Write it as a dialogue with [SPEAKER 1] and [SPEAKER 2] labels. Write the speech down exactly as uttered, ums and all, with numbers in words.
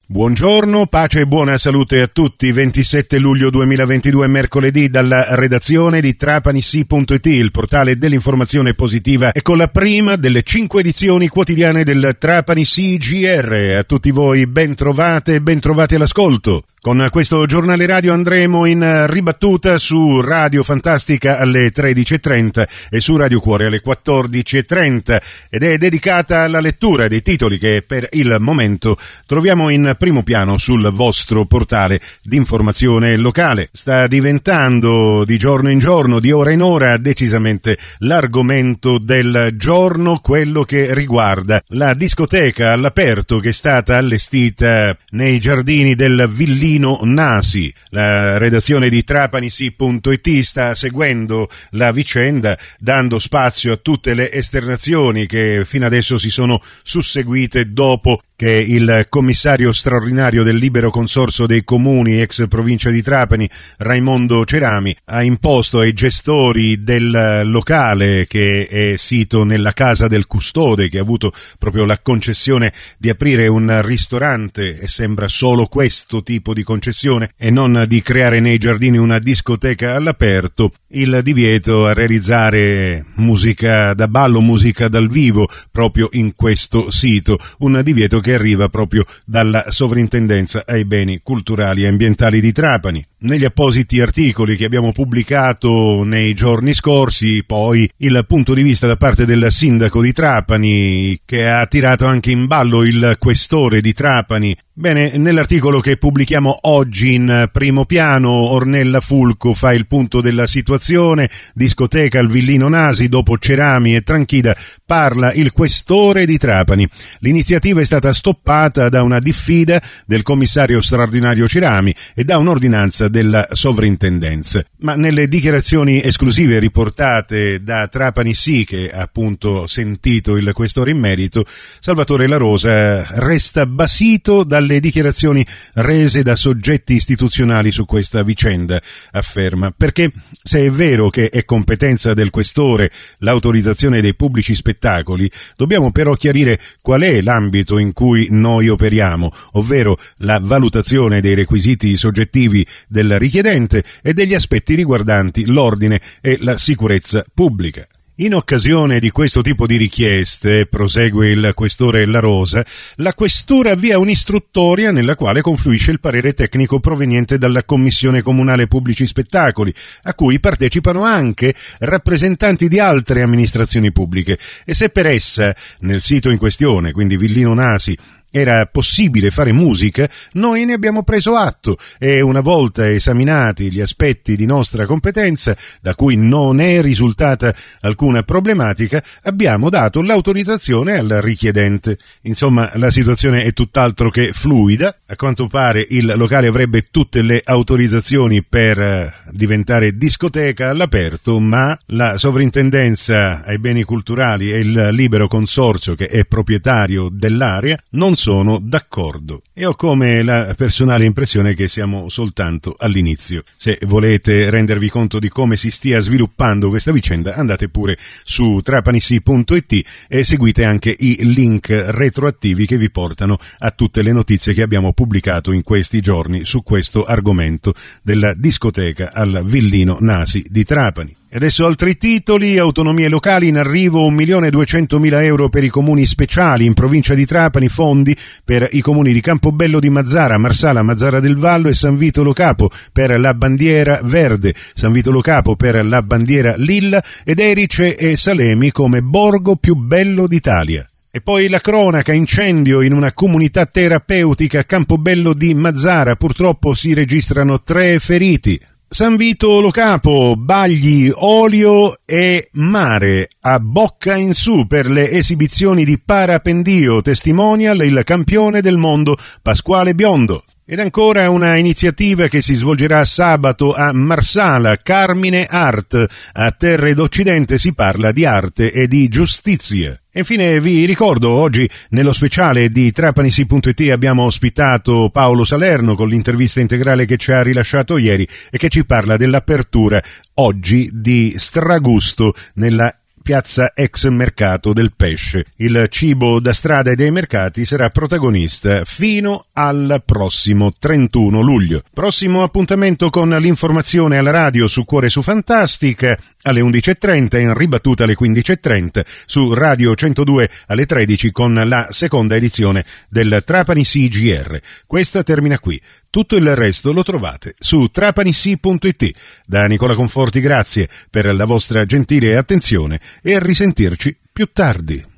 [SPEAKER 1] Buongiorno, pace e buona salute a tutti. ventisette luglio duemilaventidue, mercoledì, dalla redazione di Trapanissi punto it, il portale dell'informazione positiva, e con la prima delle cinque edizioni quotidiane del Trapanissi G R. A tutti voi ben trovate e ben trovati all'ascolto. Con questo giornale radio andremo in ribattuta su Radio Fantastica alle tredici e trenta e su Radio Cuore alle quattordici e trenta, ed è dedicata alla lettura dei titoli che per il momento troviamo in primo piano sul vostro portale di informazione locale. Sta diventando di giorno in giorno, di ora in ora, decisamente l'argomento del giorno, quello che riguarda la discoteca all'aperto che è stata allestita nei giardini del Villino Nasi. La redazione di Trapanissi punto it sta seguendo la vicenda, dando spazio a tutte le esternazioni che fino adesso si sono susseguite dopo che il commissario straordinario del libero consorzio dei comuni ex provincia di Trapani, Raimondo Cerami, ha imposto ai gestori del locale, che è sito nella casa del custode, che ha avuto proprio la concessione di aprire un ristorante, e sembra solo questo tipo di concessione e non di creare nei giardini una discoteca all'aperto, il divieto a realizzare musica da ballo, musica dal vivo proprio in questo sito, un divieto che che arriva proprio dalla Sovrintendenza ai beni culturali e ambientali di Trapani. Negli appositi articoli che abbiamo pubblicato nei giorni scorsi, poi, il punto di vista da parte del sindaco di Trapani, che ha tirato anche in ballo il questore di Trapani. Bene, nell'articolo che pubblichiamo oggi in primo piano, Ornella Fulco fa il punto della situazione, discoteca al Villino Nasi, dopo Cerami e Tranchida parla il questore di Trapani. L'iniziativa è stata stoppata da una diffida del commissario straordinario Cerami e da un'ordinanza della sovrintendenza. Ma nelle dichiarazioni esclusive riportate da Trapanissi, che ha appunto sentito il questore in merito, Salvatore La Rosa resta basito dalle dichiarazioni rese da soggetti istituzionali su questa vicenda, afferma, perché se è vero che è competenza del questore l'autorizzazione dei pubblici spettacoli, dobbiamo però chiarire qual è l'ambito in cui noi operiamo, ovvero la valutazione dei requisiti soggettivi del richiedente e degli aspetti riguardanti l'ordine e la sicurezza pubblica. In occasione di questo tipo di richieste, prosegue il questore La Rosa, la questura avvia un'istruttoria nella quale confluisce il parere tecnico proveniente dalla Commissione Comunale Pubblici Spettacoli, a cui partecipano anche rappresentanti di altre amministrazioni pubbliche, e se per essa, nel sito in questione, quindi Villino Nasi, era possibile fare musica, noi ne abbiamo preso atto e, una volta esaminati gli aspetti di nostra competenza, da cui non è risultata alcuna problematica, abbiamo dato l'autorizzazione al richiedente. Insomma, la situazione è tutt'altro che fluida. A quanto pare il locale avrebbe tutte le autorizzazioni per diventare discoteca all'aperto, ma la sovrintendenza ai beni culturali e il libero consorzio, che è proprietario dell'area, non sono d'accordo, e ho come la personale impressione che siamo soltanto all'inizio. Se volete rendervi conto di come si stia sviluppando questa vicenda, andate pure su Trapanissi punto it e seguite anche i link retroattivi che vi portano a tutte le notizie che abbiamo pubblicato in questi giorni su questo argomento della discoteca al Villino Nasi di Trapani. E adesso altri titoli. Autonomie locali, in arrivo un milione e duecentomila euro per i comuni speciali in provincia di Trapani, fondi per i comuni di Campobello di Mazara, Marsala, Mazara del Vallo e San Vito Lo Capo per la bandiera verde, San Vito Lo Capo per la bandiera lilla ed Erice e Salemi come borgo più bello d'Italia. E poi la cronaca: incendio in una comunità terapeutica a Campobello di Mazara, purtroppo si registrano tre feriti. San Vito Lo Capo, bagli, olio e mare a bocca in su per le esibizioni di parapendio, testimonial il campione del mondo Pasquale Biondo. Ed ancora una iniziativa che si svolgerà sabato a Marsala, Carmine Art. A Terre d'Occidente si parla di arte e di giustizia. E infine vi ricordo, oggi nello speciale di Trapanissi punto it abbiamo ospitato Paolo Salerno con l'intervista integrale che ci ha rilasciato ieri e che ci parla dell'apertura oggi di Stragusto nella piazza ex mercato del pesce. Il cibo da strada e dei mercati sarà protagonista fino al prossimo trentuno luglio. Prossimo appuntamento con l'informazione alla radio su Cuore su Fantastica alle undici e trenta, in ribattuta alle quindici e trenta su Radio centodue alle tredici con la seconda edizione del Trapani C G R. Questa termina qui. Tutto il resto lo trovate su trapanissi punto it. Da Nicola Conforti grazie per la vostra gentile attenzione e a risentirci più tardi.